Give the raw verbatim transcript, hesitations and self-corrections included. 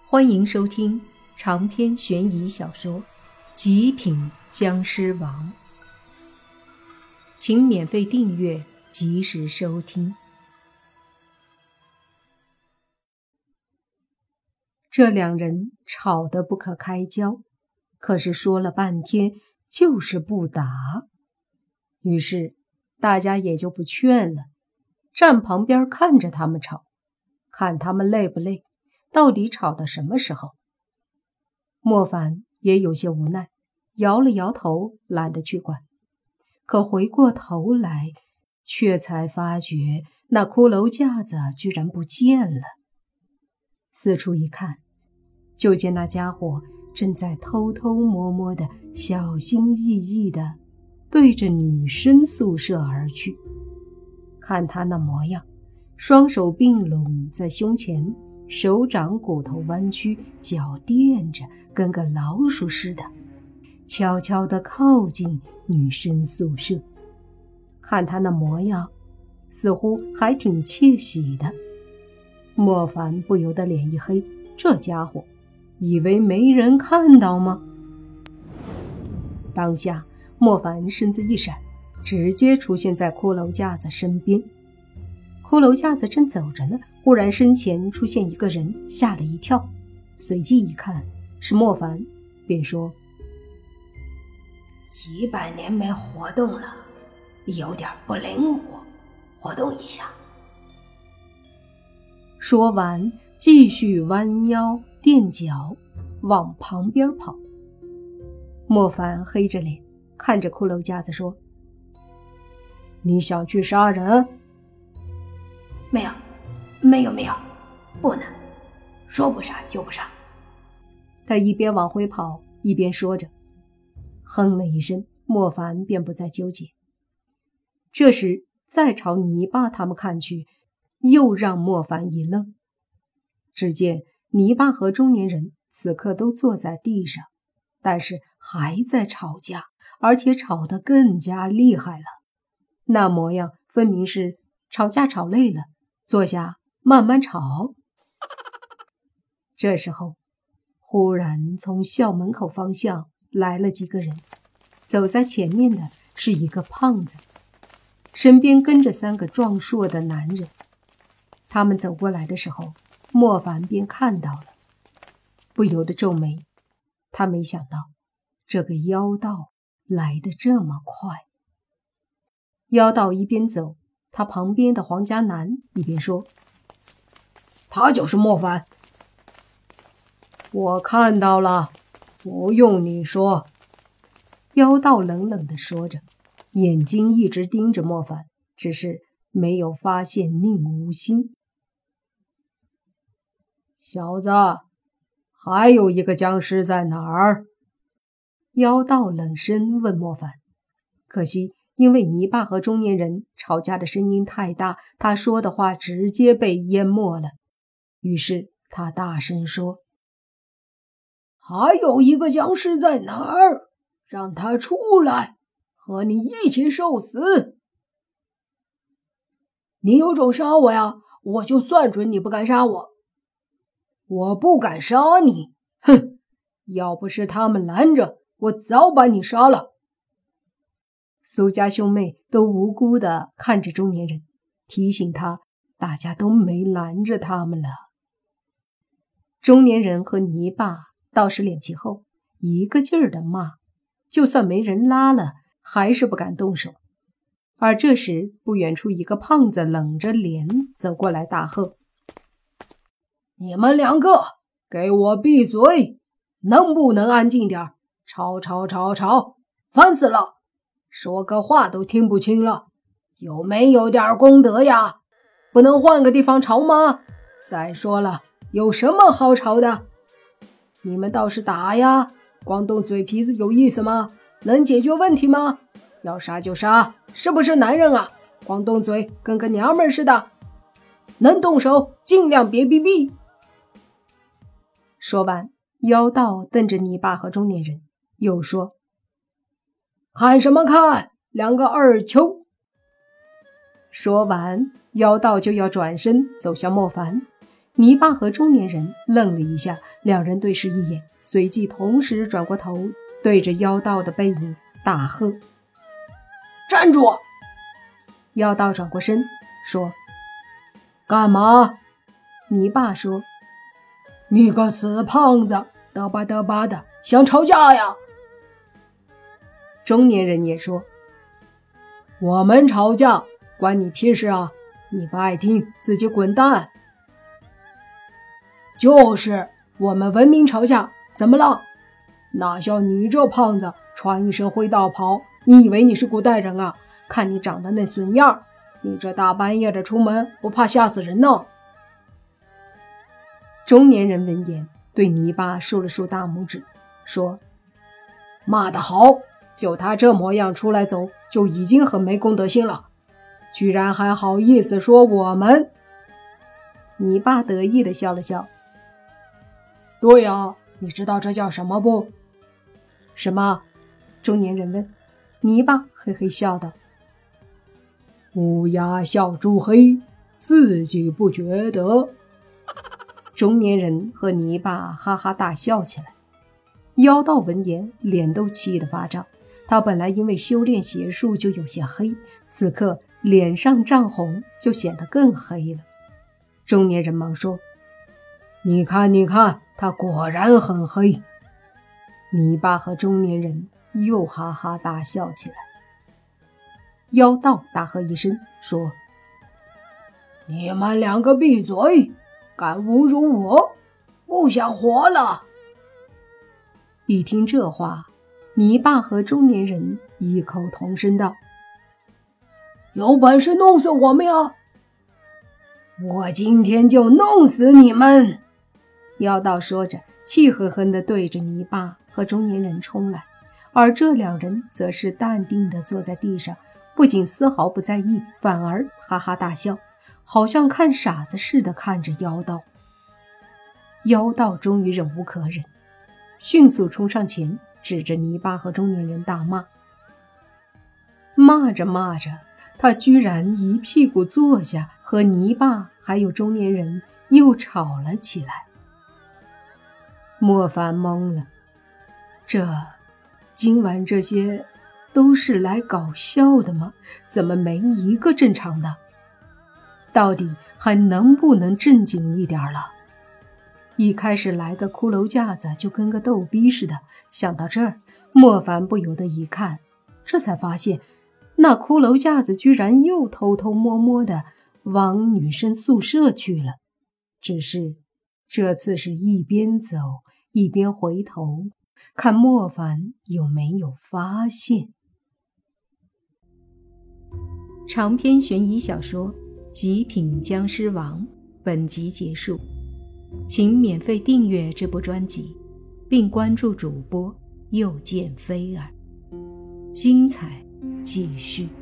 欢迎收听长篇悬疑小说《极品僵尸王》，请免费订阅，及时收听。这两人吵得不可开交，可是说了半天就是不打，于是大家也就不劝了，站旁边看着他们吵，看他们累不累，到底吵到什么时候。莫凡也有些无奈，摇了摇头，懒得去管。可回过头来，却才发觉那骷髅架子居然不见了。四处一看，就见那家伙正在偷偷摸摸的、小心翼翼的对着女生宿舍而去。看他那模样，双手并拢在胸前，手掌骨头弯曲，脚垫着，跟个老鼠似的，悄悄地靠近女生宿舍。看他那模样，似乎还挺窃喜的。莫凡不由得脸一黑，这家伙以为没人看到吗？当下莫凡身子一闪，直接出现在骷髅架子身边。骷髅架子正走着呢，忽然身前出现一个人，吓了一跳，随即一看是莫凡，便说： 几百年没活动了，有点不灵活，活动一下。 说完继续弯腰垫脚往旁边跑。莫凡黑着脸看着骷髅架子说：你想去杀人？ 没有没有没有，不能，说不杀就不杀。 他一边往回跑一边说着，哼了一声，莫凡便不再纠结。这时再朝泥巴他们看去，又让莫凡一愣。只见泥巴和中年人此刻都坐在地上，但是还在吵架，而且吵得更加厉害了。那模样分明是吵架吵累了，坐下慢慢吵。这时候忽然从校门口方向来了几个人，走在前面的是一个胖子，身边跟着三个壮硕的男人。他们走过来的时候，莫凡便看到了，不由得皱眉。他没想到这个妖道来得这么快。妖道一边走，他旁边的黄家男一边说： 他就是莫凡。 我看到了，不用你说。妖道冷冷地说着，眼睛一直盯着莫凡，只是没有发现宁无心。 小子，还有一个僵尸在哪儿？ 妖道冷声问莫凡。可惜因为泥巴和中年人吵架的声音太大，他说的话直接被淹没了。于是他大声说： 还有一个僵尸在哪儿？让他出来，和你一起受死！你有种杀我呀，我就算准你不敢杀我。我不敢杀你，哼！要不是他们拦着，我早把你杀了。 苏家兄妹都无辜地看着中年人，提醒他大家都没拦着他们了。中年人和泥巴倒是脸皮厚，一个劲儿地骂，就算没人拉了，还是不敢动手。而这时不远处一个胖子冷着脸走过来大喝： 你们两个给我闭嘴，能不能安静点？吵吵吵吵，烦死了，说个话都听不清了，有没有点公德呀？不能换个地方吵吗？再说了，有什么好吵的？你们倒是打呀，光动嘴皮子有意思吗？能解决问题吗？要杀就杀，是不是男人啊？光动嘴跟个娘们似的，能动手尽量别逼逼。 说完，妖道瞪着泥巴和中年人，又说： 看什么看，两个二球！ 说完，妖道就要转身走向莫凡， 泥巴和中年人愣了一下，两人对视一眼，随即同时转过头，对着妖道的背影大喝： 站住！ 妖道转过身说： 干嘛？ 泥巴说： 你个死胖子，嘚吧嘚吧的，想吵架呀？ 中年人也说： 我们吵架关你屁事啊，你不爱听自己滚蛋。就是我们文明吵架，怎么了？哪像你这胖子穿一身灰道袍，你以为你是古代人啊？看你长得那损样，你这大半夜的出门不怕吓死人呢？ 中年人闻言对泥巴竖了竖大拇指，说： 骂得好，就他这模样出来走就已经很没公德心了，居然还好意思说我们。 泥巴得意地笑了笑： 对呀，你知道这叫什么不？ 什么？中年人问。泥巴嘿嘿笑道： 乌鸦笑猪黑，自己不觉得。 中年人和泥巴哈哈大笑起来。妖道闻言脸都气得发胀，他本来因为修炼邪术就有些黑，此刻脸上涨红，就显得更黑了。中年人忙说： 你看你看，他果然很黑。 泥巴和中年人又哈哈大笑起来。妖道大喝一声说： 你们两个闭嘴，敢侮辱我，不想活了！ 一听这话，泥巴和中年人异口同声道： 有本事弄死我们呀！我今天就弄死你们！ 妖道说着，气哼哼地对着泥巴和中年人冲来，而这两人则是淡定地坐在地上，不仅丝毫不在意，反而哈哈大笑，好像看傻子似的看着妖道。妖道终于忍无可忍，迅速冲上前，指着泥巴和中年人大骂。骂着骂着，他居然一屁股坐下，和泥巴还有中年人又吵了起来。莫凡懵了，这今晚这些都是来搞笑的吗？怎么没一个正常的？到底还能不能正经一点了？一开始来个骷髅架子就跟个逗逼似的，想到这儿，莫凡不由得一看，这才发现那骷髅架子居然又偷偷摸摸的往女生宿舍去了，只是这次是一边走一边回头，看莫凡有没有发现。长篇悬疑小说《极品僵尸王》本集结束，请免费订阅这部专辑，并关注主播又见菲儿，精彩继续。